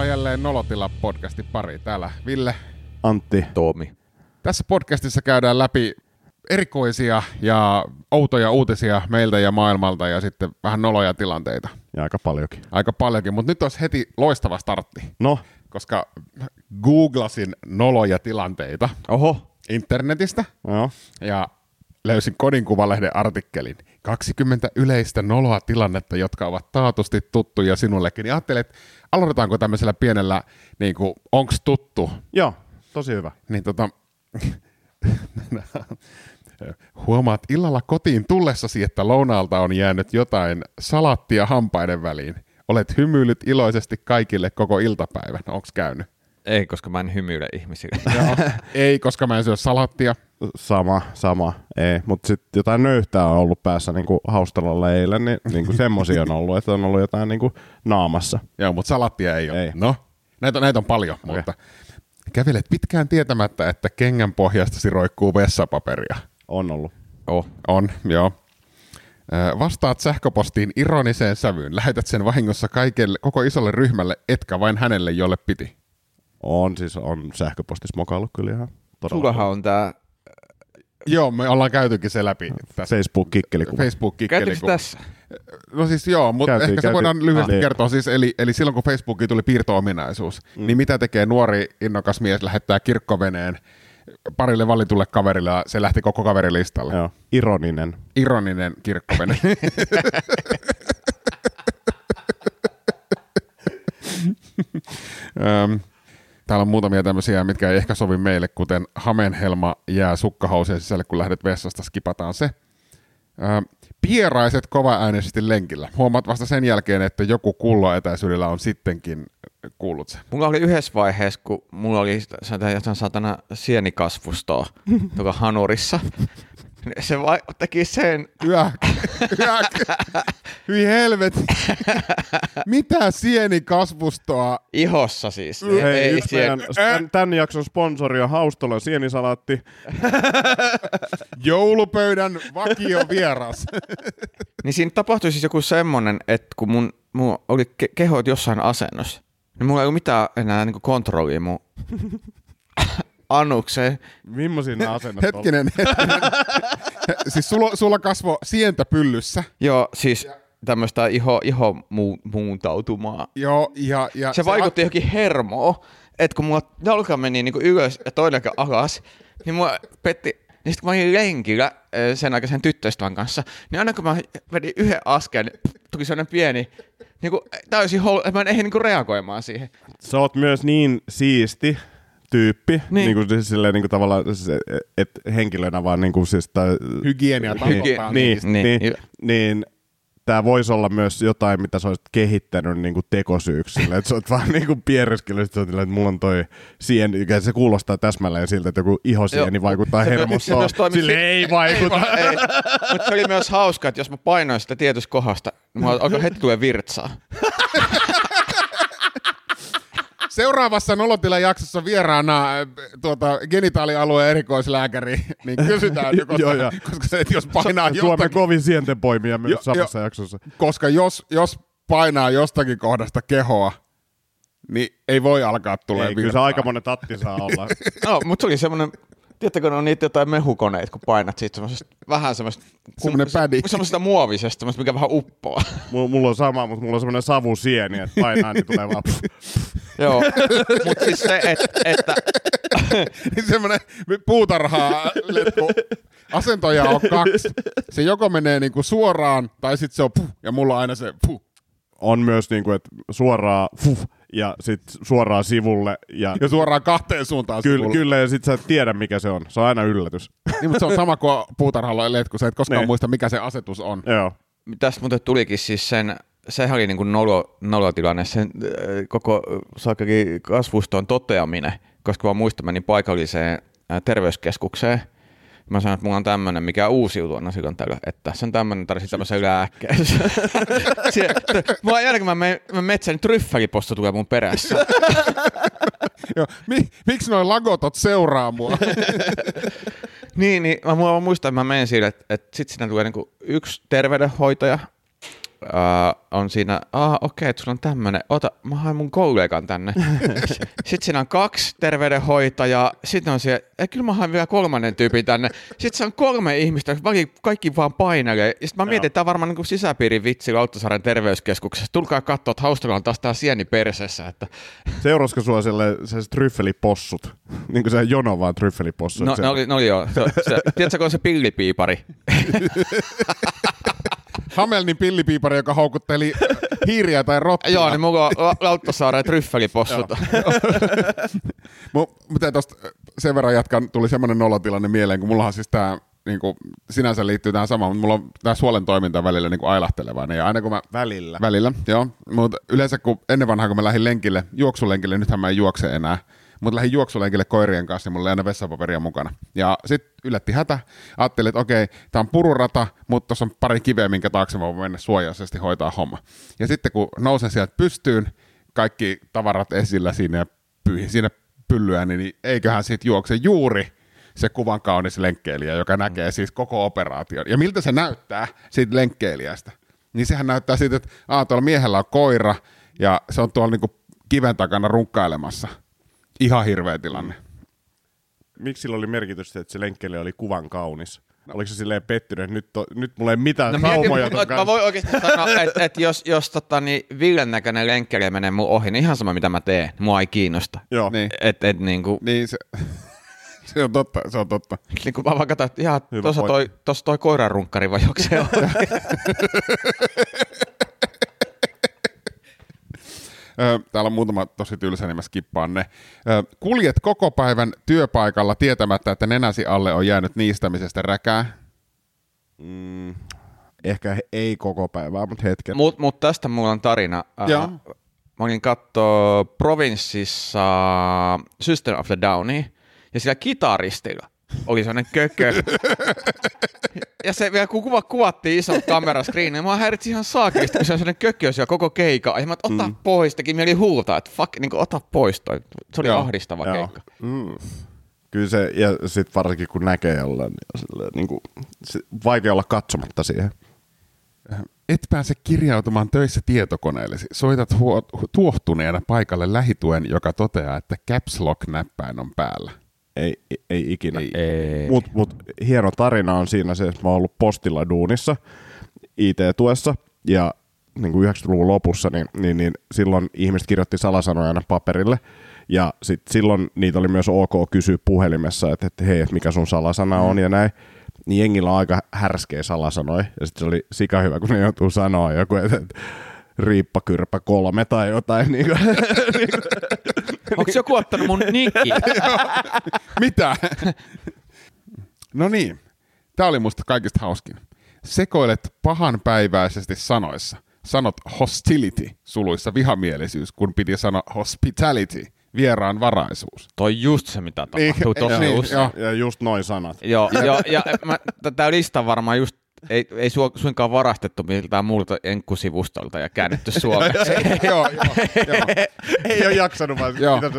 Tervetuloa jälleen Nolotila-podcastin pariin. Täällä Ville, Antti, Toomi. Tässä podcastissa käydään läpi erikoisia ja outoja uutisia meiltä ja maailmalta ja sitten vähän noloja tilanteita. Ja aika paljonkin. Aika paljonkin, mutta nyt olisi heti loistava startti. No, Koska googlasin noloja tilanteita Oho. internetistä joo. ja löysin Kodinkuvalehden artikkelin 20 yleistä noloa tilannetta, jotka ovat taatusti tuttuja sinullekin. Ja ajattelin, että aloitetaanko tämmöisellä pienellä, niin kuin, onks tuttu? Joo, tosi hyvä. Niin huomaat illalla kotiin tullessasi, että lounaalta on jäänyt jotain salattia hampaiden väliin. Olet hymyilyt iloisesti kaikille koko iltapäivän. Onks käynyt? Ei, koska mä en hymyile ihmisille. Ei, koska mä en syö salattia. Sama, ei. Mutta sitten jotain nöyhtää on ollut päässä niinku haustalalla eilen, niin semmosia on ollut, että on ollut jotain niinku naamassa. Joo, mutta salattia ei ole. Ei. No, näitä on paljon, Okay. mutta kävelet pitkään tietämättä, että kengän pohjastasi roikkuu vessapaperia. On ollut. On, joo. Vastaat sähköpostiin ironiseen sävyyn. Lähetät sen vahingossa koko isolle ryhmälle, etkä vain hänelle, jolle piti. On sähköpostis mokaillut kyllä ihan todella. Sullahan on tää... Joo, me ollaan käytykin se läpi. Tässä. Facebook-kikkelikuva. Käytitkö se tässä? No siis joo, mutta ehkä se voidaan lyhyesti kertoa. Siis, eli silloin kun Facebookiin tuli piirto-ominaisuus, niin mitä tekee nuori innokas mies, lähettää kirkkoveneen parille valitulle kaverille ja se lähti koko kaverilistalle. Joo, Ironinen kirkkovene. Täällä on muutamia tämmöisiä, mitkä ei ehkä sovi meille, kuten hamenhelma jää sukkahousien sisälle, kun lähdet vessasta, skipataan se. Pieraiset kovaäänisesti lenkillä. Huomaat vasta sen jälkeen, että joku kulloetäisyydellä on sittenkin kuullut se. Mulla oli yhdessä vaiheessa, kun mulla oli jotain satana sienikasvustoa tuolla hanurissa. Se teki sen... Hyi helvet. Mitä sienikasvustoa? Ihossa siis. Hei, yksi tämän jakson sponsori on Haustolan sienisalaatti. Joulupöydän vakiovieras. Niin siinä tapahtui siis joku semmonen, että kun mun oli kehot jossain asennossa, niin mulla ei ollut mitään enää niinku kontrollia mun anukseen. Millaisia nämä asennot on? Hetkinen. Siis sulla kasvoi sientä pyllyssä. Joo, siis tämmöistä iho muuntautumaa. Joo, ja se vaikutti johonkin hermoon, että kun mulla jalka meni niinku ylös ja toinen alas, niin mua petti. Niin sit kun mä olin lenkillä sen aikaisen tyttöystävän kanssa, niin aina kun mä vedin yhden askeleen, niin tuli sellainen pieni, niinku täysin mä en ehdi niinku reagoimaan siihen. Sä oot myös niin siisti tyyppi, niin. Niinku silleen niinku tavallaan, että henkilönä vaan niinku siis hygienia tarkoittaa. Niin tää voisi olla myös jotain, mitä sä olisit kehittänyt niinku tekosyyksi, että sä oot vaan niinku piereskellyt, että mulla on toi sieni, se kuulostaa täsmälleen siltä, että joku ihosieni vaikuttaa hermostoon. Sille ei vaikuta. Mutta se oli myös hauska, että jos mä painoin sitä tietystä kohdasta, niin mulla alkoi heti tulee virtsaa. Seuraavassa Nolotilan jaksossa vieraana genitaalialueen erikoislääkäri, niin kysytään, koska se, että jos painaa Suomen kovin sientenpoimia myös samassa jaksossa. Koska jos painaa jostakin kohdasta kehoa, niin ei voi alkaa tulee virtaa. Kyllä se aika monen tatti saa olla. No, mutta se oli semmoinen, tiedättekö, ne on niitä jotain mehukoneita, kun painat siitä vähän semmoista... Semmoinen pädi. Semmoista muovisesta, semmoista, mikä vähän uppoaa. Mulla on sama, mutta mulla on semmoinen savusieni, että painaa, niin tulee vaan... Joo, mutta siis se, että... Niin semmoinen puutarhaa letku. Asentoja on 2. Se joko menee niinku suoraan, tai sitten se on puh, ja mulla on aina se puh. On myös niinku, että suoraan ja sitten suoraan sivulle. Ja suoraan kahteen suuntaan sivulle. Kyllä, ja sitten sä et tiedä, mikä se on. Se on aina yllätys. Niin, mutta se on sama kuin puutarhalla letku. Sä et koskaan muista, mikä se asetus on. Joo. Tästä muuten tulikin siis sehän oli niin kuin nolotilanne, sen koko saakkakin kasvuston toteaminen, koska mä muistan, menin paikalliseen terveyskeskukseen. Mä sanoin, että mulla on tämmönen, mikä uusiutuu aina silloin tällä, että se on tämmönen tarvitsi tämmöisen lääkkeessä. Mä jälkeen mä metsän tryffäliposto tulee mun perässä. Joo, miksi noi lagotot seuraa mua? niin, mä muistan, että mä menen sille, että sit siinä tulee niinku yksi terveydenhoitaja, on siinä, okei, että sulla on tämmönen, mä haen mun kollegan tänne. Sitten siinä on 2 terveydenhoitajaa, sitten on siellä, kyllä mä haen vielä 3. tyypin tänne. Sitten se on 3 ihmistä, kaikki vaan painelee. Ja sitten mä mietin, että tää on varmaan niin kuin sisäpiirin vitsi Lauttasaaren terveyskeskuksessa. Tulkaa katsoa, että Haustalla on taas tää sieni persessä. Että... Seurasko sua sellaiset tryffelipossut? Niin kuin se jono vaan tryffelipossut. No oli joo. Tiedätkö, kun on se pillipiipari? Hamelnin pillipiipari, joka houkutteli hiiriä tai rottia. Joo, niin mulla on Lauttasaaren tryffelipossut. Mutta tuosta sen verran jatkan, tuli semmoinen nolotilanne mieleen, kun mullahan siis tämä niinku, sinänsä liittyy tähän samaan, mutta mulla on tämä suolen toiminta välillä niinku ailahtelevainen. Ja aina kun mä... Välillä, joo. Mutta yleensä kun ennen vanhaa, kun mä lähdin lenkille, juoksulenkille, nythän mä en juokse enää, mutta lähdin juoksulenkille koirien kanssa ja mulla oli aina vessapaperia mukana. Ja sitten yllätti hätä. Ajattelin, että okei, tää on pururata, mutta tuossa on pari kiveä, minkä taakse mä voin mennä suojaisesti hoitaa homma. Ja sitten kun nousen sieltä pystyyn, kaikki tavarat esillä siinä ja pyyhin siinä pyllyäni, niin eiköhän siitä juokse juuri se kuvan kaunis lenkkeilijä, joka näkee siis koko operaation. Ja miltä se näyttää siitä lenkkeilijästä? Niin sehän näyttää siitä, että tuolla miehellä on koira ja se on tuolla niinku kiven takana runkkailemassa. Ihan hirveä tilanne. Miksi sillä oli merkitystä, että se lenkkeilijä oli kuvan kaunis? Oliko se silleen pettynyt, että nyt mulla ei mitään saumoja ton kanssa? Mä voin oikeasti sanoa, että jos Villen näköinen lenkkeilijä menee mun ohi, niin ihan sama mitä mä teen, mua ei kiinnosta. Joo. Niinku... Niin se on totta, se on totta. Niin kun mä vaan katsoin, että ihan tuossa toi koiranrunkkari vai onko se oikein? Täällä on muutama tosi tylsä, niin mä skippaan ne. Kuljet koko päivän työpaikalla tietämättä, että nenäsi alle on jäänyt niistämisestä räkää? Ehkä ei koko päivää, mutta hetken. Mut tästä mulla on tarina. Mä olin kattoo Provinssissa System of the Downia, ja sillä kitaristilla oli sellainen kökö. Ja se vielä kun kuvattiin ison kameraskriinin, mä häiritsin ihan saakista, kun se on sellainen kökö siellä koko keika. Ja mä ota pois, teki mieli huutaa, että fuck, niin ota pois toi. Se oli ahdistava keikka. Kyllä se, ja sit varsinkin kun näkee jollain, niin vaikea olla katsomatta siihen. Et pääse kirjautumaan töissä tietokoneellesi. Soitat tuohtuneena paikalle lähituen, joka toteaa, että Caps Lock-näppäin on päällä. Ei ikinä. Mut hieno tarina on siinä se, että mä oon ollut postilla duunissa IT-tuessa ja niin kuin 90-luvun lopussa, niin silloin ihmiset kirjoitti salasanoja aina paperille ja sit silloin niitä oli myös ok kysyä puhelimessa, että hei, että mikä sun salasana on ja näin. Niin jengillä on aika härskeä salasanoja ja sit se oli sika hyvä, kun ne joutuu sanoa joku, että riippakyrpä 3 tai jotain. Niin kuin. Onko joku ottanut mun nikki? Mitä? No niin, tää oli musta kaikista hauskin. Sekoilet pahanpäiväisesti sanoissa. Sanot hostility, suluissa vihamielisyys, kun piti sanoa hospitality, vieraanvaraisuus. Toi just se, mitä tapahtuu tosi usein. Ja just noin sanat. Joo, ja tää lista varmaan just ei suinkaan varastettu miltään muulta enkkusivustolta ja käännetty suomeksi. Joo. Ei ole jaksanut vaan.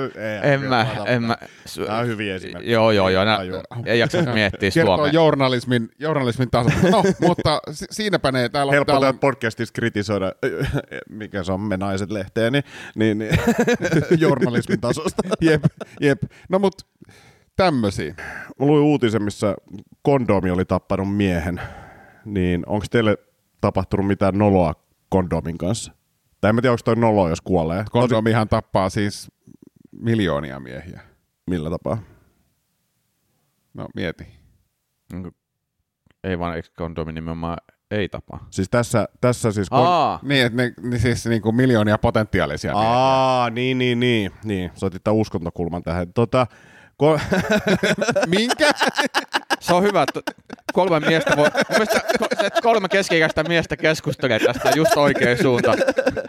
En mä. Nämä on hyviä esimerkkejä. Joo. Ei jaksanut miettiä suomea. Kertoo journalismin taso. No, mutta siinäpä ne. Helppo täällä podcastissa kritisoida, mikä se on Me Naiset-lehteen, niin journalismin tasosta. Jep. No mut tämmösiä. Mä luin uutisen, missä kondomi oli tappanut miehen. Niin onko teille tapahtunut mitään noloa kondomin kanssa? Tai en mä tiedä, onko toi noloa, jos kuolee. Kondomihan tappaa siis miljoonia miehiä. Millä tapaa? No mieti. Ei vaan, eikö kondomi nimenomaan ei tapaa? Siis tässä siis... Niin, että ne siis niinku miljoonia potentiaalisia miehiä. Niin. Sä otit tämän uskontokulman tähän. Minkä? Se on hyvä, että 3 miestä voi... Mielestäni 3 keski-ikäistä miestä keskustelee tästä just oikein suuntaan.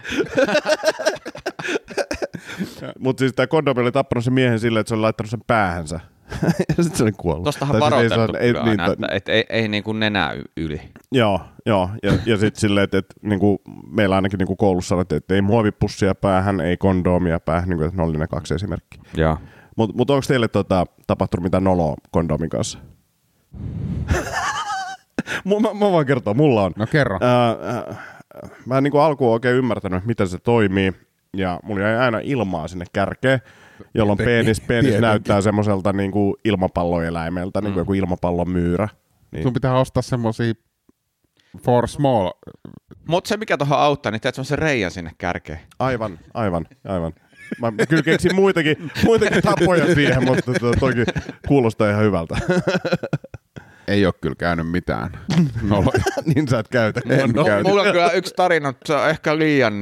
Mutta siis tämä kondomi oli tappanut sen miehen silleen, että se oli laittanut sen päähänsä. Ja sitten se oli kuollut. Tostahan varoitettu aina, että ei niin kuin nenää yli. Joo. Ja sitten silleen, että niinku, meillä ainakin niinku koulussa sanottiin, että ei muovipussia päähän, ei kondomia päähän, niinku, että ne oli ne 2 esimerkkiä. Joo. Mutta onko teille tapahtunut mitään noloa kondomin kanssa? Mä voin kertoa, mulla on. No kerro. mä en niin kuin alkuun oikein ymmärtänyt, miten se toimii, ja mulla jäi aina ilmaa sinne kärkeen, jolloin penis näyttää semmoiselta niin kuin ilmapalloeläimeltä, niin kuin joku ilmapallon myyrä. Niin. Sun pitää ostaa semmosia for small. Mutta se, mikä tuohon auttaa, niin teet semmoisen reijän sinne kärkeen. Aivan. Mä kyllä keksin muitakin tapoja siihen, mutta toki kuulostaa ihan hyvältä. Ei ole kyllä käynyt mitään. Niin sä et käytä. Mulla on kyllä yksi tarina, se on ehkä liian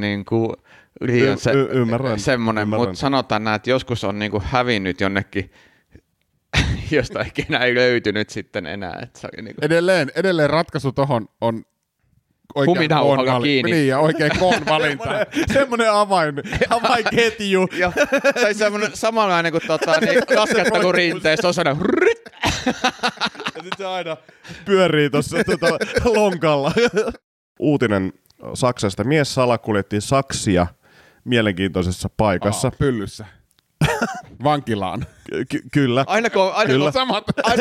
semmoinen, mutta sanotaan näin, että joskus on niinku hävinnyt jonnekin, josta ikinä ei löytynyt sitten enää. Että se niinku... Edelleen ratkaisu tohon on kuminauhalla kiinni. Niin, ja oikein koon valinta. Semmoinen avainketju. Tai semmoinen samanlainen kuin niin laskettelurinteessä on sellainen ja sitten se aina pyörii tuossa lonkalla. Uutinen Saksasta. Mies salakuljetti saksia mielenkiintoisessa paikassa. Pyllyssä. Vankilaan. Kyllä. Aina samat.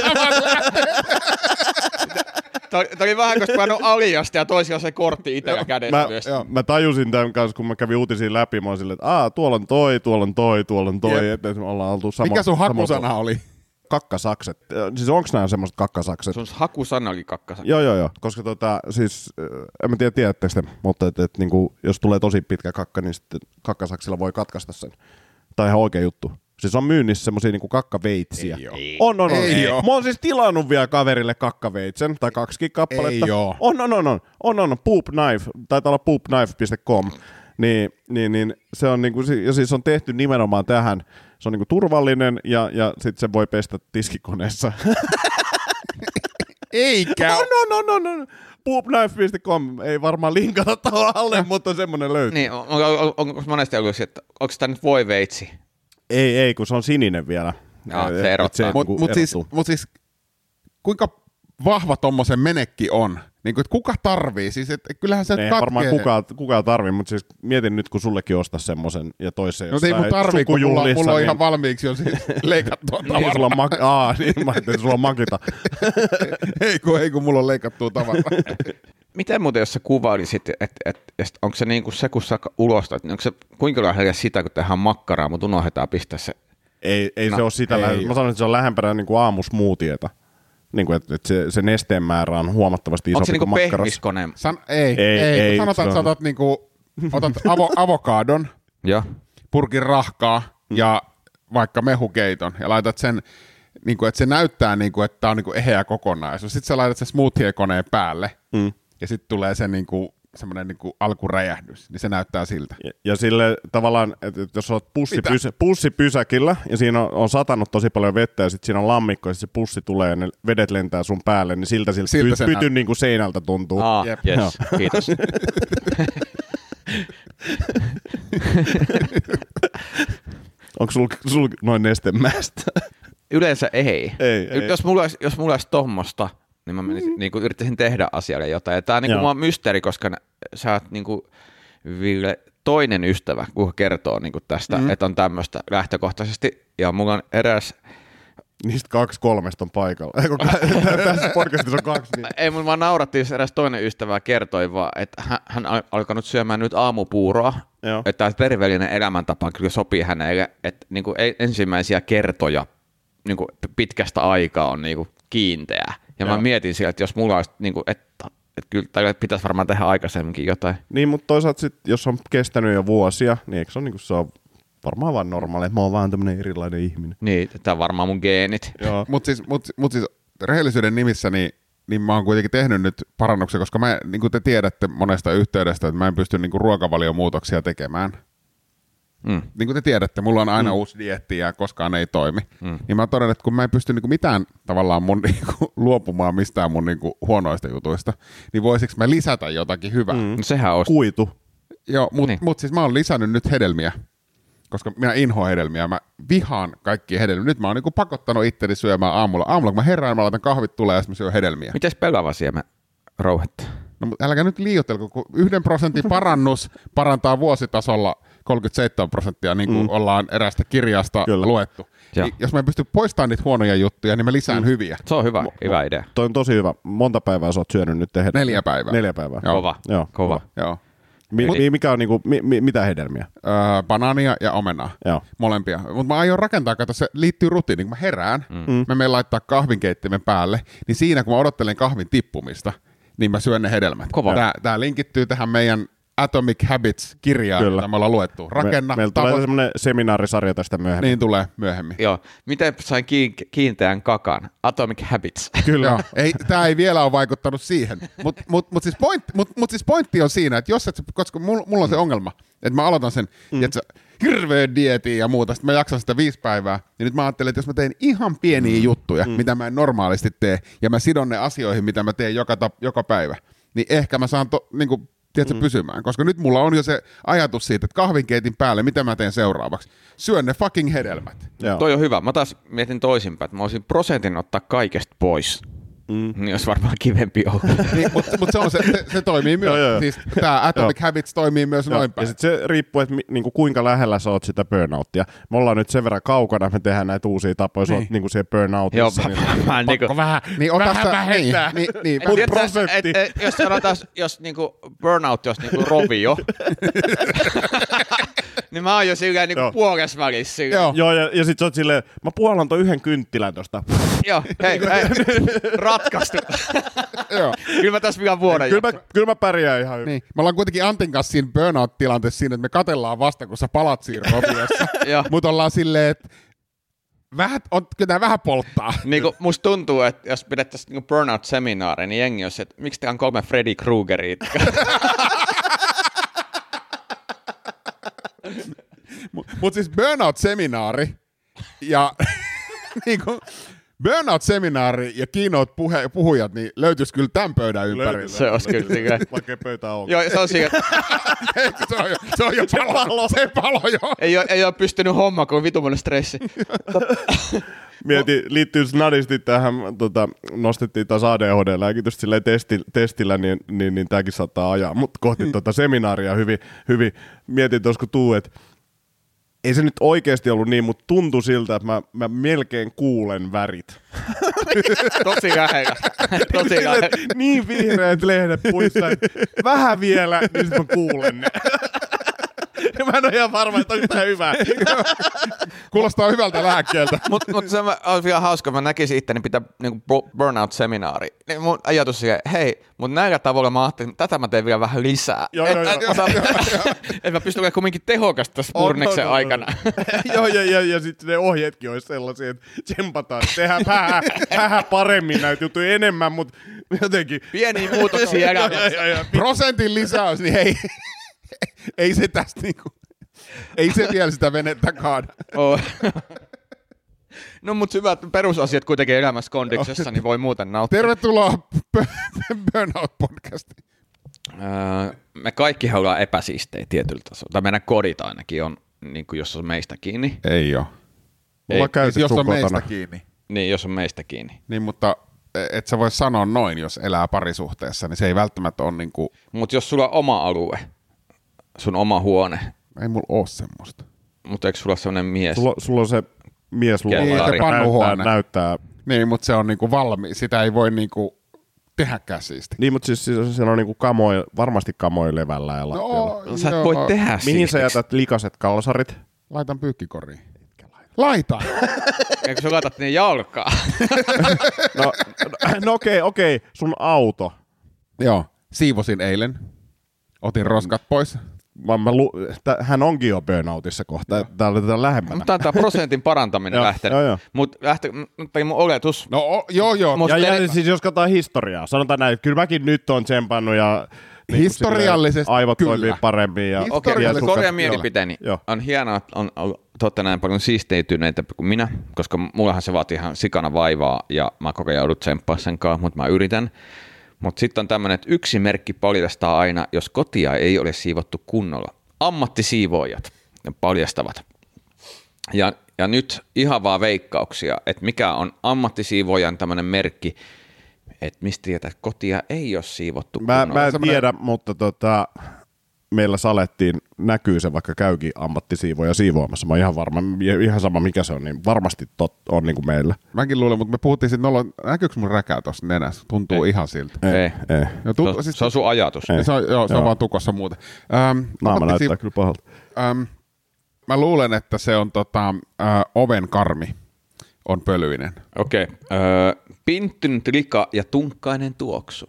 Tämä oli vähän, koska mä en ole aliasta ja toisilla se kortti itsellä kädessä myös. Mä tajusin tämän kanssa, kun mä kävin uutisia läpi. Mä olin silleen, että tuolla on toi. Että me ollaan oltu mikä sun hakusana oli? Kakkasakset. Siis onks nää semmoset kakkasakset? Sun hakusana oli kakkasakset. Joo. Koska siis, en mä tiedättekö te, mutta niinku, jos tulee tosi pitkä kakka, niin sitten kakkasaksilla voi katkaista sen. Tää on ihan oikea juttu. Siis on myynnissä semmosia niinku kakkaveitsiä. On. Mä oon siis tilannut vielä kaverille kakkaveitsen, tai 2 kappaletta. Ei oo. On. Poop Knife, taitaa olla poopknife.com. Niin se on niinku, ja siis on tehty nimenomaan tähän. Se on niinku turvallinen, ja sit se voi pestä tiskikoneessa. Eikä. On. Poopknife.com ei varmaan linkata tuohon alle, mutta semmonen löytyy. Niin, onko monesti ollut, että onko tämä nyt voi veitsi? Ei, kun se on sininen vielä. Se erottaa. Mutta siis kuinka vahva tommosen menekki on? Niin kuin, kuka tarvii? Siis, kyllähän se ei katkee. Varmaan kukaan tarvii, mutta siis mietin nyt, kun sullekin ostaa semmosen ja toiseen jossain sukujuhlissa. No ei mun tarvii, kun mulla on ihan valmiiksi jo siis leikattua tavaraa. Niin, sulla on niin, mä ajattelin, sulla on makita. ei kun mulla on leikattua tavaraa. Miten muuten, jos sä kuvailisit, että onko se niin kuin se, kun sä ulostat, onko se kuinka lähellä sitä, kun tehdään makkaraa, mutta unohdetaan pistää se? Ei se ole sitä lähellä. Mä sanon, että se on lähempänä niin kuin aamusmoothieta. Niin kuin, että se nesteen määrä on huomattavasti isompi kuin makkarassa. Onko se niin kuin Ei. Sanotaan, että sä otat, niinku, otat avokadon, purkin rahkaa ja vaikka mehukeiton ja laitat sen, niinku, että se näyttää, niinku, että tää on niinku eheä kokonaisuus. Sitten sä laitat sen smoothie-koneen päälle ja sitten tulee se niinku, semmoinen niinku alkuräjähdys, niin se näyttää siltä. Ja sille tavallaan, että jos olet pussipysäkillä ja siinä on satanut tosi paljon vettä ja sitten siinä on lammikko ja se pussi tulee ja ne vedet lentää sun päälle, niin siltä pytyn niin kuin seinältä tuntuu. Yes. Kiitos. Onko sul noin nestemästä? Yleensä ei. Ei. Jos mulla olisi tommosta, niin mä menisin, niin kuin yrittäisin tehdä asialle jotain. Ja tää on niin kuin mua mysteeri, koska sä oot niin kuin, Ville, toinen ystävä, kun kertoo niin kuin tästä, että on tämmöistä lähtökohtaisesti. Ja mulla on eräs... Niistä 2-3 on paikalla. Tässä podcastissa on 2. Niin. Ei, mun vaan naurattiin, eräs toinen ystävä kertoi vaan, että hän on alkanut syömään nyt aamupuuroa. Joo. Että tämä terveellinen elämäntapa kyllä sopii hänelle, että niin kuin ensimmäisiä kertoja niin kuin pitkästä aikaa on niin kuin kiinteää. Ja mä mietin siellä, että jos mulla olisi, niin kuin, että kyllä pitäisi varmaan tehdä aikaisemminkin jotain. Niin, mutta toisaalta sit, jos on kestänyt jo vuosia, niin eikö se ole, niin kuin, se on varmaan vaan normaali, että mä oon vaan tämmöinen erilainen ihminen. Niin, tämä on varmaan mun geenit. Mutta siis rehellisyyden nimissä, niin mä oon kuitenkin tehnyt nyt parannuksia, koska mä, niin kuin te tiedätte monesta yhteydestä, että mä en pysty niin kuin ruokavaliomuutoksia tekemään. Niin kuin te tiedätte, mulla on aina uusi dieetti ja koskaan ei toimi. Niin mä todennut, että kun mä en pysty niinku mitään tavallaan mun niinku luopumaan mistään mun niinku huonoista jutuista, niin voisiko mä lisätä jotakin hyvää? Sehän olisi. Kuitu. Joo, mutta siis mä oon lisännyt nyt hedelmiä, koska minä inhoan hedelmiä. Mä vihaan kaikkia hedelmiä. Nyt mä oon niinku pakottanut itteni syömään aamulla. Kun mä herään, mä laitan kahvit tulee ja sitten mä syön hedelmiä. Mites pelavansiemen rouhetta? No, mutta älkää nyt liioitelko, kun 1% parannus parantaa vuositasolla 37%, niin kuin ollaan eräästä kirjasta luettu. Jos mä en pysty poistamaan niitä huonoja juttuja, niin mä lisään hyviä. Se on hyvä idea. Toi on tosi hyvä. Monta päivää sä oot syönyt nyt? 4 päivää. 4 päivää. Kova. Joo. Joo. Mikä on niinku, mitä hedelmiä? Banaania ja omenaa. Joo. Molempia. Mutta mä aion rakentaa, kato se liittyy rutiin. Kun mä herään, mä menen laittaa kahvinkeittimen päälle, niin siinä kun mä odottelen kahvin tippumista, niin mä syön ne hedelmät. Tää linkittyy tähän meidän Atomic Habits-kirjaan, jota me ollaan luettu. Rakenna. Meillä tulee semmoinen seminaarisarja tästä myöhemmin. Niin tulee myöhemmin. Joo. Miten sain kiinteän kakan? Atomic Habits. Kyllä. Joo. Tää ei vielä ole vaikuttanut siihen. Mutta siis pointti on siinä, että jos et, koska mulla on se ongelma, että mä aloitan sen, että hirveä dieetiä ja muuta, sitten mä jaksan sitä 5 päivää, niin nyt mä ajattelen, että jos mä teen ihan pieniä juttuja, mitä mä en normaalisti tee, ja mä sidon ne asioihin, mitä mä teen joka päivä, niin ehkä mä saan niinku pysymään, koska nyt mulla on jo se ajatus siitä, että kahvinkeitin päälle, mitä mä teen seuraavaksi. Syön ne fucking hedelmät. Joo. Toi on hyvä. Mä taas mietin toisinpäin, että mä olisin prosentin ottaa kaikesta pois. Niin olisi varmaan kivempi olla. Niin, mutta se toimii myös. Joo. Siis tämä Atomic Habits toimii myös noin päin. Ja sitten se riippuu, että niinku, kuinka lähellä sä oot sitä burnouttia. Me ollaan nyt sen verran kaukana, me tehdään näitä uusia tapoja, sä oot niinku siellä burnoutissa. Joo, vähän vähentää. Niin, prosentti. Jos sanotaan, jos niinku burnout olisi niinku rovio, niin mä oon jo silleen niinku puolessa välissä. Joo, ja sit sä oot silleen, mä puolan ton yhden kynttilän tosta. Joo, hei, ratkaistu. Kyllä mä tässä vielä vuoden. Kyllä mä pärjään ihan hyvin. Niin. Me ollaan kuitenkin Antin kanssa siinä burnout-tilanteessa siinä, että me katellaan vasta, kun sä palat siinä roviossa. Mutta ollaan silleen, että kyllä vähän polttaa. Niinku, musta tuntuu, että jos pidettäisiin niinku burnout-seminaari, niin jengi olisi, että miksi tehdään 3 Freddy Kruegeria? Mutta siis burnout-seminaari ja niinku, burnout-seminaari ja keynote-puhujat niin löytyisi kyllä tämän pöydän ympärillä. Se olisi kyllä. Vaikka pöytä on. Joo, se on siinä. Se on jo palo. Se palo jo. Ei ole pystynyt homma, kun vitumoinen stressi. Liittyy snadisti tähän, nostettiin taas ADHD-lääkitystä silleen testillä, niin tämäkin saattaa ajaa, mutta kohti seminaaria hyvin mietin tuossa, kun tuu, että ei se nyt oikeasti ollut niin, mutta tuntui siltä, että mä melkein kuulen värit. Tosi lähellä. Niin vihreät lehdet puissa, että vähän vielä, niin sitten mä kuulen ne. Mä en ole ihan varma, että onko tämä hyvä. Kuulostaa hyvältä lääkkeeltä. Mutta se on vielä hauska, mä näkisin itteni pitää niinku burnout-seminaari. Niin mun ajatus siihen, hei, mutta näillä tavoilla mä ajattelin, että tätä mä teen vielä vähän lisää. Että mä pystyn kumminkin tehokasta tässä Burneksen aikana. Joo, ja sitten ne ohjeetkin olisi sellaisia, että tsempataan, tehdään vähän paremmin näitä juttuja enemmän, mutta jotenkin. Pieniä muutoksia elämässä. Prosentin lisäys, niin hei. Ei se tästä niinku, ei se vielä sitä venettä kaada. No mut hyvät perusasiat kuitenkin elämässä kondiksessa, niin voi muuten nauttia. Tervetuloa Burnout-podcastiin. Me kaikki ollaan epäsiistejä tietyllä tasolla. Tai meidän kodit ainakin on, niin kuin jos on meistä kiinni. Ei oo. Jos on meistä kiinni. Niin, jos on meistä kiinni. Niin, mutta et sä voi sanoa noin, jos elää parisuhteessa, niin se ei välttämättä ole niinku. Mut jos sulla on oma alue, sun oma huone. Ei mulla oo semmoista. Mutta eikö sulla ole semmoinen mies? Sulla on se miesluolari. Näyttää. Niin, mutta se on niinku valmi. Sitä ei voi niinku tehdä käsistä. Niin, mutta siis siellä on niinku varmasti kamoja levällä ja lattialla. No, sä et voi tehdä mihin sä jätät likaset kalsarit? Laitan pyykkikoriin. Laita! Eikö sä laitat niin jalkaa? No okei. Sun auto. Joo, siivosin eilen. Otin roskat pois. Hän onkin jo burnoutissa kohta. Täällä lähempänä. Mutta tämä prosentin parantaminen lähtenyt. Mutta mun oletus. No joo. Ja siis jos katsotaan historiaa, sanotaan näin, että kyllä mäkin nyt on tsempannut ja historiallisesti aivot toimii paremmin. Okei, korjaan mielipiteeni. On hienoa, että on totta näin paljon siisteytyneitä kuin minä, koska mullahan se vaatii ihan sikana vaivaa ja mä koko ajan joudun tsemppaa sen kanssa, mutta mä yritän. Mutta sitten on tämmöinen, että yksi merkki paljastaa aina, jos kotia ei ole siivottu kunnolla. Ammattisiivoojat paljastavat. Ja nyt ihan vaan veikkauksia, että mikä on ammattisiivoojan tämmöinen merkki, että mistä tietää, että kotia ei ole siivottu kunnolla. Mä en tiedä, mutta meillä salettiin näkyy se, vaikka käykin ammattisiivoja siivoamassa. Mä oon ihan varma, ihan sama mikä se on, niin varmasti on niin kuin meillä. Mäkin luulen, mutta me puhuttiin siitä, näkyykö mun räkää tuossa nenässä? Tuntuu ihan siltä. Ei. Se on sun ajatus. Se on vaan tukossa muuten. Naama näyttää kyllä pahalta. Mä luulen, että se on oven karmi on pölyinen. Okei. Pinttynyt lika ja tunkkainen tuoksu.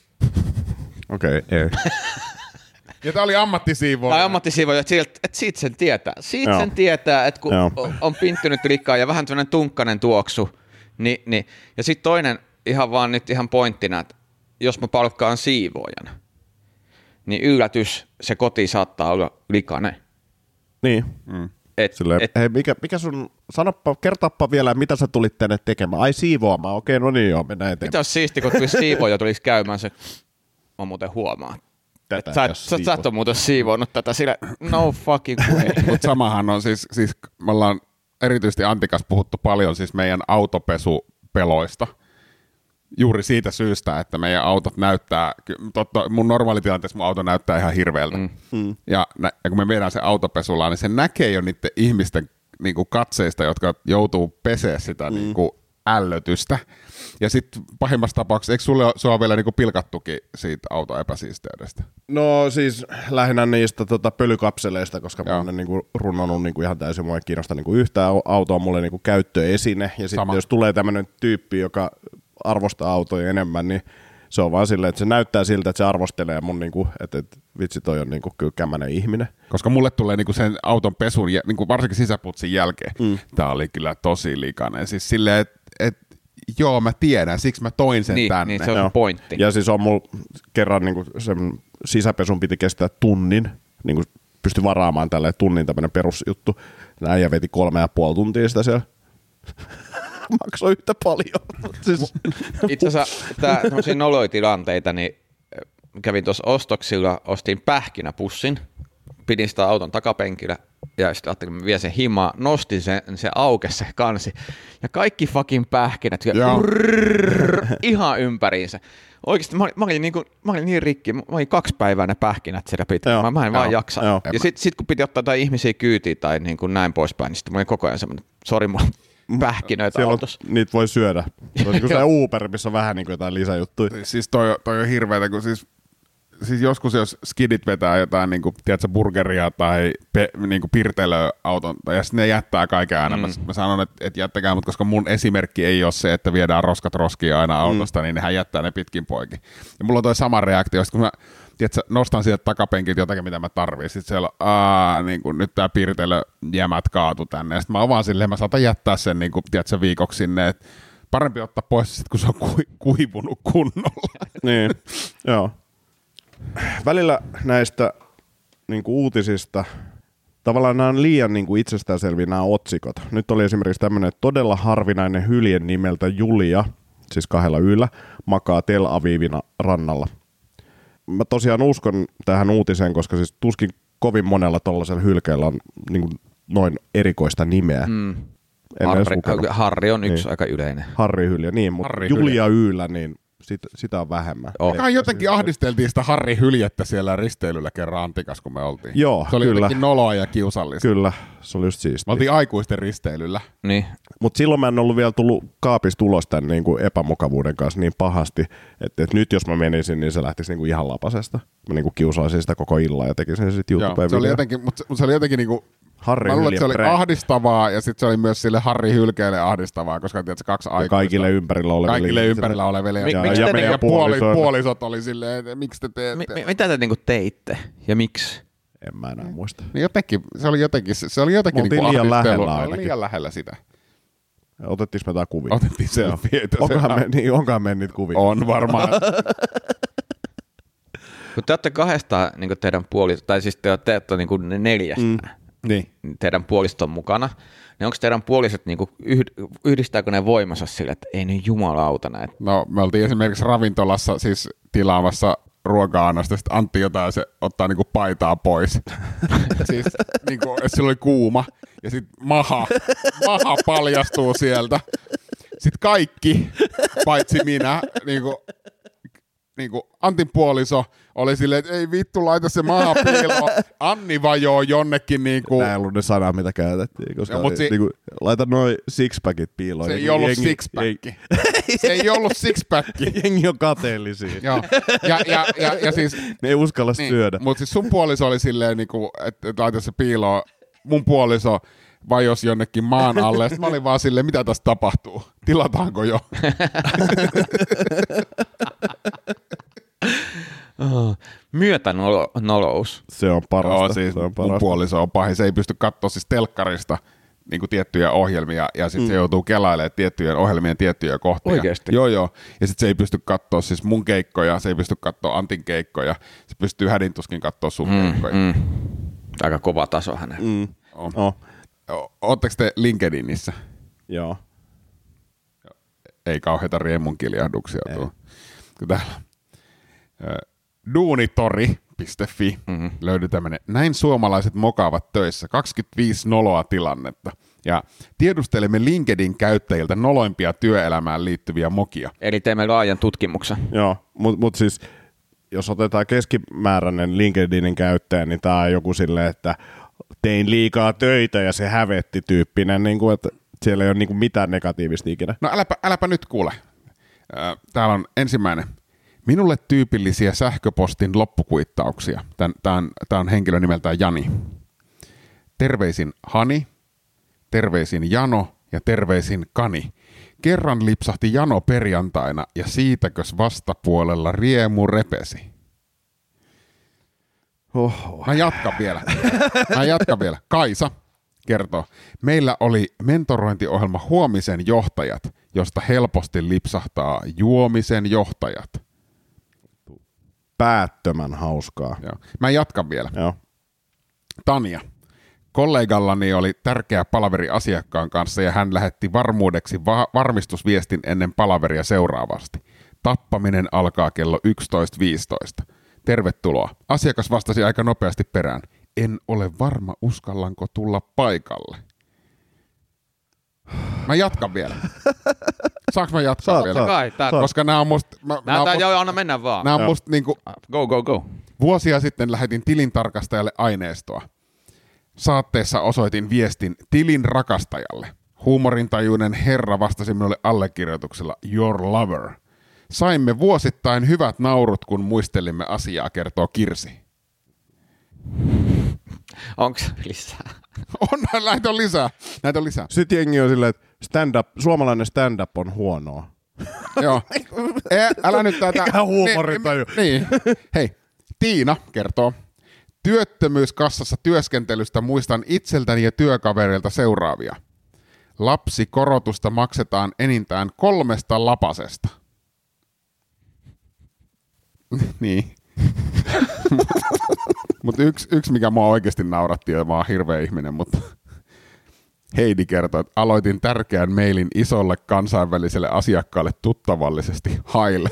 Okei, ei. Ja tää oli ammattisiivoja. Tai ammattisiivoja, että siitä sen tietää. Siitä sen tietää, että kun on pinttynyt likaa ja vähän tämmöinen tunkkainen tuoksu, niin. Ja sitten toinen ihan pointtina, että jos mä palkkaan siivoojan, niin yllätys, se koti saattaa olla likainen. Niin. Hei, mikä sun, kertaappa vielä, mitä sä tulit tänne tekemään? Ai siivoamaan, okei, no niin joo, mennään eteenpäin. Mitä olisi siisti, kun tulisi siivooja tulisi käymään se, mä muuten huomaan. Sä et ole muuten siivoinut tätä sille, no fucking way. Mutta samahan on siis me ollaan erityisesti Antikas puhuttu paljon siis meidän autopesupeloista. Juuri siitä syystä, että meidän autot näyttää, mun normaalitilanteessa mun auto näyttää ihan hirveältä. Ja kun me viedään se autopesulaan, niin se näkee jo niiden ihmisten niinku katseista, jotka joutuu peseä sitä niinku ällötystä. Ja sitten pahimmassa tapauksessa, eikö sulla ole vielä niinku pilkattukin siitä auton epäsiisteydestä? No siis lähinnä niistä pölykapseleista, koska mä oon niinku runnonut niinku ihan täysin, mua ei kiinnosta niinku yhtään autoa, mulle niinku käyttöesine. Ja sitten jos tulee tämmöinen tyyppi, joka arvostaa autoja enemmän, niin se on vaan silleen, että se näyttää siltä, että se arvostelee mun, niinku, että vitsi toi on niinku kyllä kämmäinen ihminen. Koska mulle tulee niinku sen auton pesun, niinku varsinkin sisäputsin jälkeen, tää oli kyllä tosi likainen. Siis silleen, että joo, mä tiedän, siksi mä toin sen tänne. Niin, se on pointti. Ja siis on mulla kerran niinku sen sisäpesun piti kestää tunnin, niinku pystyi varaamaan tälleen tunnin tämmönen perusjuttu. Äijä veti 3,5 tuntia sitä siellä. Maksoi yhtä paljon. Siis. Itse asiassa tämmöisiä noloja tilanteita, niin kävin tuossa ostoksilla, ostin pähkinäpussin, pidin sitä auton takapenkillä ja sitten ajattelin, että mä vien sen himaan, nostin sen, se aukesi se kansi ja kaikki fucking pähkinät ihan ympäriinsä. Oikeasti mä olin niin rikki, mä olin 2 päivää ne pähkinät siellä pitää, mä en vaan jaksa. Ja sit kun piti ottaa jotain ihmisiä kyytiin tai niin kuin näin poispäin, niin sitten mä olin koko ajan semmoinen, sori mulla pähkinöitä autossa. Niitä voi syödä. Se on niin kuin se Uber, missä on vähän niin kuin jotain lisäjuttuja. Siis toi on hirveetä, kun siis joskus jos skidit vetää jotain niin kuin, tiedätkö, burgeria tai niin kuin pirtelöauton, ja sitten ne jättää kaiken aina. Mä sanon, että jättäkää, mutta koska mun esimerkki ei ole se, että viedään roskat roskiin aina autosta, niin nehän jättää ne pitkin poikin. Ja mulla on toi sama reaktio, kun mä nostan sieltä takapenkiltä jotakin, mitä mä tarvitsen. Sitten siellä niin kuin, nyt tää pirtelöjämät kaatu tänne. Ja sitten mä oon vaan silleen, mä saatan jättää sen niin kuin, tiedätkö, viikoksi sinne, että parempi ottaa pois sit, kun se on kuivunut kunnolla. Niin, joo. Välillä näistä niin kuin uutisista, tavallaan nämä on liian niin kuin itsestäänselviä nämä otsikot. Nyt oli esimerkiksi tämmöinen todella harvinainen hylje nimeltä Julia, siis 2 yllä, makaa Tel Avivin rannalla. Mä tosiaan uskon tähän uutiseen, koska siis tuskin kovin monella tollaisella hylkeellä on niin kuin noin erikoista nimeä. Harri on yksi aika yleinen. Harri-hylje, niin, mutta Julia Yllä, niin sitä on vähemmän. Jotenkin ahdisteltiin sitä Harri-hyljettä siellä risteilyllä kerran Antikas, kun me oltiin. Joo, se oli kyllä jotenkin noloa ja kiusallista. Kyllä, se oli just siistiä. Me oltiin aikuisten risteilyllä. Niin. Mutta silloin mä en ollut vielä tullut kaapista ulos tämän niin kuin epämukavuuden kanssa niin pahasti, että nyt jos mä menisin, niin se lähtisi niin kuin ihan lapasesta. Mä niin kuin kiusaisin sitä koko illan ja tekisin sitten YouTube-video. Se oli jotenkin, mutta se oli jotenkin niin kuin mä luulen, että se oli ahdistavaa ja sitten se oli myös sille Harri Hylkeelle ahdistavaa, koska tiedätkö, 2 aikuista. Kaikille ympärillä oleville. Ja meidän puolisot oli silleen, että miksi te teette? Mitä te niinku teitte ja miksi? En mä enää muista. Niin jotenkin, se oli jotenkin niinku liian lähellä liian lähellä sitä. Otettiinko me jotain kuvia? Otettiin selfieitä. Onkohan me niitä kuvia? On varmaan. Kun te olette 2 niin teidän puolisot, tai siis te olette niin 4 niin. Teidän puoliston mukana, niin onko teidän puolisot, niin yhdistääkö ne voimansa sille, että ei nyt jumalauta näitä? No me oltiin esimerkiksi ravintolassa siis tilaamassa ruoka-annosta, sitten Antti jotain se ottaa niinku paitaa pois. Siis niinku, sillä oli kuuma, ja sitten maha paljastuu sieltä. Sitten kaikki, paitsi minä, niinku niinku Antin puoliso oli silleen, että ei vittu, laita se maahan piiloon. Anni vajoo jonnekin niinku... Nää ei ollut ne sanat, mitä käytettiin, koska niinku, laita noi sixpackit piiloon. Se ei ollut sixpacki. Se ei ollut sixpacki. Jengi on kateellisia. Joo. Ja siis... Ne ei uskalla syödä. Mutta siis sun puoliso oli silleen, niinku, että laita se piiloon. Mun puoliso vajos jonnekin maan alle. Sitten mä olin vaan silleen, mitä tässä tapahtuu? Tilataanko jo? Myötänolous. Se on parasta. Joo, siis mun puoliso on pahin. Se ei pysty katsoa siis telkkarista niin kuin tiettyjä ohjelmia, ja sitten se joutuu kelailemaan tiettyjen ohjelmien tiettyjä kohtia. Oikeesti? Joo. Ja sitten se ei pysty katsoa siis mun keikkoja, se ei pysty katsoa Antin keikkoja, se pystyy hädintuskin katsoa sun keikkoja. Aika kova taso hänen. Ootteko te LinkedInissä? Joo. Ei kauheita riemunkiljahduksia tuo. Täällä duunitori.fi löytyy tämmöinen, näin suomalaiset mokaavat töissä, 25 noloa tilannetta. Ja tiedustelemme LinkedIn käyttäjiltä noloimpia työelämään liittyviä mokia. Eli teemme laajan tutkimuksen. Joo, mutta siis jos otetaan keskimääräinen LinkedInin käyttäjä, niin tämä on joku silleen, että tein liikaa töitä ja se hävetti tyyppinen, niin kuin, että siellä ei ole niin kuin mitään negatiivista ikinä. No äläpä nyt kuule. Täällä on ensimmäinen. Minulle tyypillisiä sähköpostin loppukuittauksia. Tämä on henkilö nimeltään Jani. Terveisin Hani, terveisin Jano ja terveisin Kani. Kerran lipsahti Jano perjantaina ja siitäkös vastapuolella riemu repesi. Mä jatkan vielä. Kaisa kertoo. Meillä oli mentorointiohjelma Huomisen johtajat, josta helposti lipsahtaa juomisen johtajat. Päättömän hauskaa. Joo. Mä jatkan vielä. Joo. Tania. Kollegallani oli tärkeä palaveri asiakkaan kanssa ja hän lähetti varmuudeksi varmistusviestin ennen palaveria seuraavasti. Tappaminen alkaa kello 11.15. Tervetuloa. Asiakas vastasi aika nopeasti perään. En ole varma, uskallanko tulla paikalle. Mä jatkan vielä. Saanko mä jatkaa vielä? Kai, koska nämä on musta... anna mennä vaan. Nämä on musta niinku... Go. Vuosia sitten lähetin tilintarkastajalle aineistoa. Saatteessa osoitin viestin tilin rakastajalle. Huumorintajuinen herra vastasi minulle allekirjoituksella Your Lover. Saimme vuosittain hyvät naurut, kun muistelimme asiaa, kertoo Kirsi. Onko lisää? Näitä on lisää. Sitten jengi on silleen, että suomalainen stand-up on huonoa. Joo. Älä nyt tätä... Mikä huumorintaju. Niin. Hei, Tiina kertoo. Työttömyyskassassa työskentelystä muistan itseltäni ja työkavereilta seuraavia. Lapsikorotusta maksetaan enintään 3 lapasesta. Niin. Mutta yksi, mikä mua oikeasti nauratti, ja mä oon hirveä ihminen, mutta Heidi kertoo, että aloitin tärkeän mailin isolle kansainväliselle asiakkaalle tuttavallisesti haille.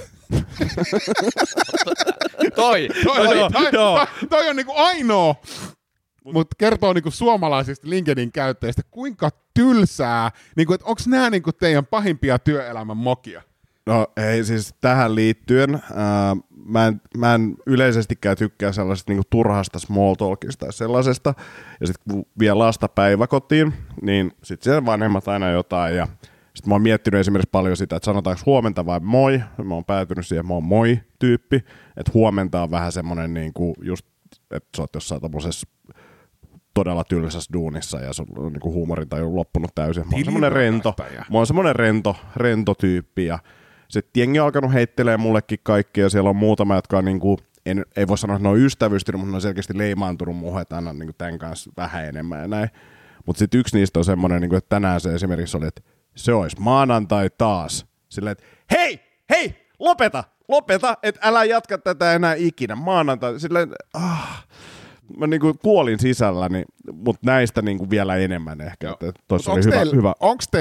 Toi on niinku ainoa, mutta kertoo niinku suomalaisista LinkedIn käyttäjistä, kuinka tylsää, niinku, että onko nämä niinku teidän pahimpia työelämän mokia? No ei, siis tähän liittyen, mä en yleisestikään tykkää sellaisesta niinku turhasta small talkista ja sellaisesta, ja sitten kun vie lasta päiväkotiin, niin sitten siellä vanhemmat aina jotain, ja sitten mä oon miettinyt esimerkiksi paljon sitä, että sanotaanko huomenta vai moi, mä oon päätynyt siihen, mä oon moi-tyyppi, että huomenta on vähän semmoinen niinku just, että sä oot jossain tommosessa todella tylsässä duunissa ja sun on niinku huumorintaju loppunut täysin. Mä oon semmoinen rento tyyppi, ja sitten jengi on alkanut heittelee mullekin kaikki, ja siellä on muutama, jotka on niinku, ei voi sanoa, että ne on ystävystynyt, mutta ne on selkeästi leimaantunut muuhun, että aina niinku tämän kanssa vähän enemmän ja näin. Mutta sitten yksi niistä on semmoinen, niinku, että tänään se esimerkiksi oli, että se olisi maanantai taas. Silleen, että hei, lopeta, että älä jatka tätä enää ikinä. Maanantai, silleen, mä niinku kuolin sisälläni, mutta näistä niinku vielä enemmän ehkä. Tuossa oli hyvä.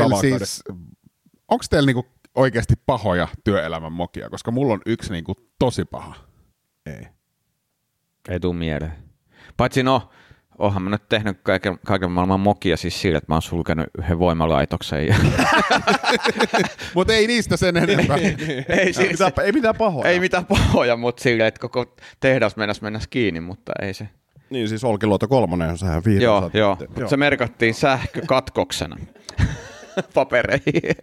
Onko teillä niinku oikeasti pahoja työelämän mokia? Koska mulla on yksi niinku tosi paha. Ei. Ei tuu mieleen. Paitsi Oonhan mä nyt tehnyt kaiken maailman mokia siis sillä, että mä oon sulkenut yhden voimalaitoksen. Ja... Mutta ei niistä sen enempää. Ei mitään pahoja. Ei mitään pahoja, mutta silleen, että koko tehdas mennäs kiinni, mutta ei se. Niin siis Olkiluoto 3 on sehän vihreä. Joo. Se merkattiin sähkökatkoksena papereihin.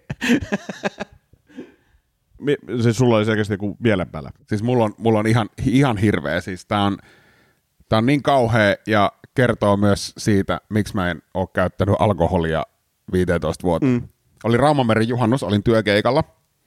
Siis sulla oli selkeästi joku mielenpäällä. Siis mulla on ihan hirveä. Siis tää on niin kauhea ja kertoo myös siitä, miksi mä en ole käyttänyt alkoholia 15 vuotta. Oli Raumanmeren juhannus, olin työkeikalla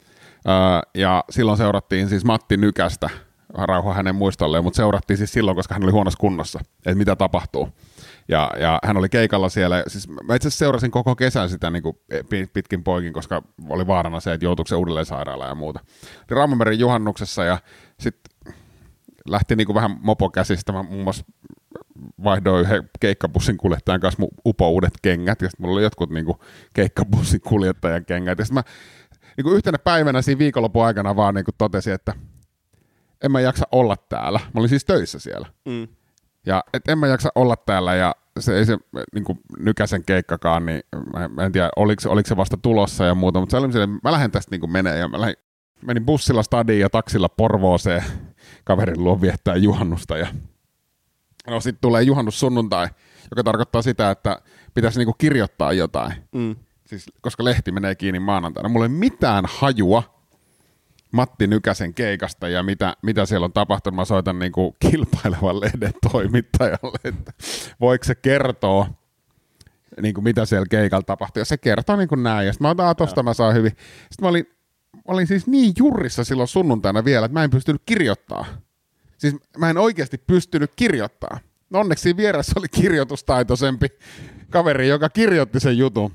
ja silloin seurattiin siis Matti Nykästä, rauha hänen muistolleen, mutta seurattiin siis silloin, koska hän oli huonossa kunnossa, että mitä tapahtuu. Ja hän oli keikalla siellä, siis mä itse asiassa seurasin koko kesän sitä niin kuin pitkin poikin, koska oli vaarana se, että joutuiko se uudelleen sairaalaan ja muuta. Oli Raumanmeren juhannuksessa ja sitten lähti niin kuin vähän mopo käsistä, mä muun muassa vaihdoin yhden keikkabussin kuljettajan kanssa mun upouudet kengät, ja sitten mulla oli jotkut niin kuin keikkabussin kuljettajan kengät, ja sitten mä niin kuin yhtenä päivänä siinä viikonlopun aikana vaan niin kuin totesin, että en mä jaksa olla täällä. Mä olin siis töissä siellä. Ja et en mä jaksa olla täällä, ja se ei se niin kuin Nykäsen keikkakaan, niin mä en tiedä, oliko se vasta tulossa ja muuta, mutta se oli silleen, mä lähden tästä niin kuin menee, ja mä menin bussilla stadiin ja taksilla Porvooseen kaverin luo viettää juhannusta, ja no sitten tulee juhannussunnuntai, joka tarkoittaa sitä, että pitäisi niinku kirjoittaa jotain. Siis, koska lehti menee kiinni maanantaina. Mulla ei mitään hajua Matti Nykäsen keikasta ja mitä siellä on tapahtunut. Mä soitan niinku kilpailevan lehden toimittajalle, että voiko se kertoa, niinku mitä siellä keikalla tapahtui. Ja se kertoo niinku näin. Ja sitten mä otan, tosta mä saan hyvin. Sitten mä olin siis niin jurrissa silloin sunnuntaina vielä, että mä en pystynyt kirjoittaa. Siis mä en oikeasti pystynyt kirjoittaa. Onneksi siinä vieressä oli kirjoitustaitoisempi kaveri, joka kirjoitti sen jutun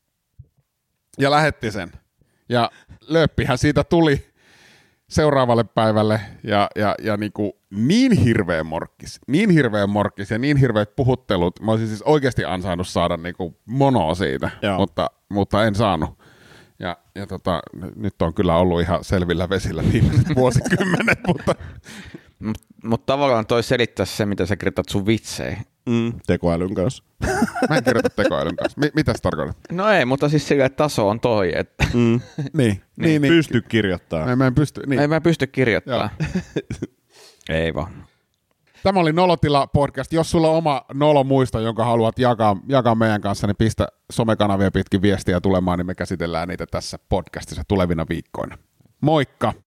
ja lähetti sen. Ja lööppihän siitä tuli seuraavalle päivälle ja niin hirveä morkkis ja niin hirveät puhuttelut. Mä olisin siis oikeasti ansainnut saada niinku monoa siitä, mutta en saanut. Ja nyt on kyllä ollut ihan selvillä vesillä viimeiset vuosikymmenet, mutta... Mutta tavallaan toi selittää se, mitä sä kirjoitat sun vitseihin. Tekoälyn kanssa. Mä en kirjoita tekoälyn kanssa. Mitä sä tarkoitat? No ei, mutta siis sillä taso on toi, että... Niin. Pysty kirjoittamaan. Mä en pysty. Niin. Ei mä pysty kirjoittamaan. Ei vaan. Tämä oli Nolotila podcast. Jos sulla on oma nolomuisto, jonka haluat jakaa meidän kanssa, niin pistä somekanavia pitkin viestiä tulemaan, niin me käsitellään niitä tässä podcastissa tulevina viikkoina. Moikka!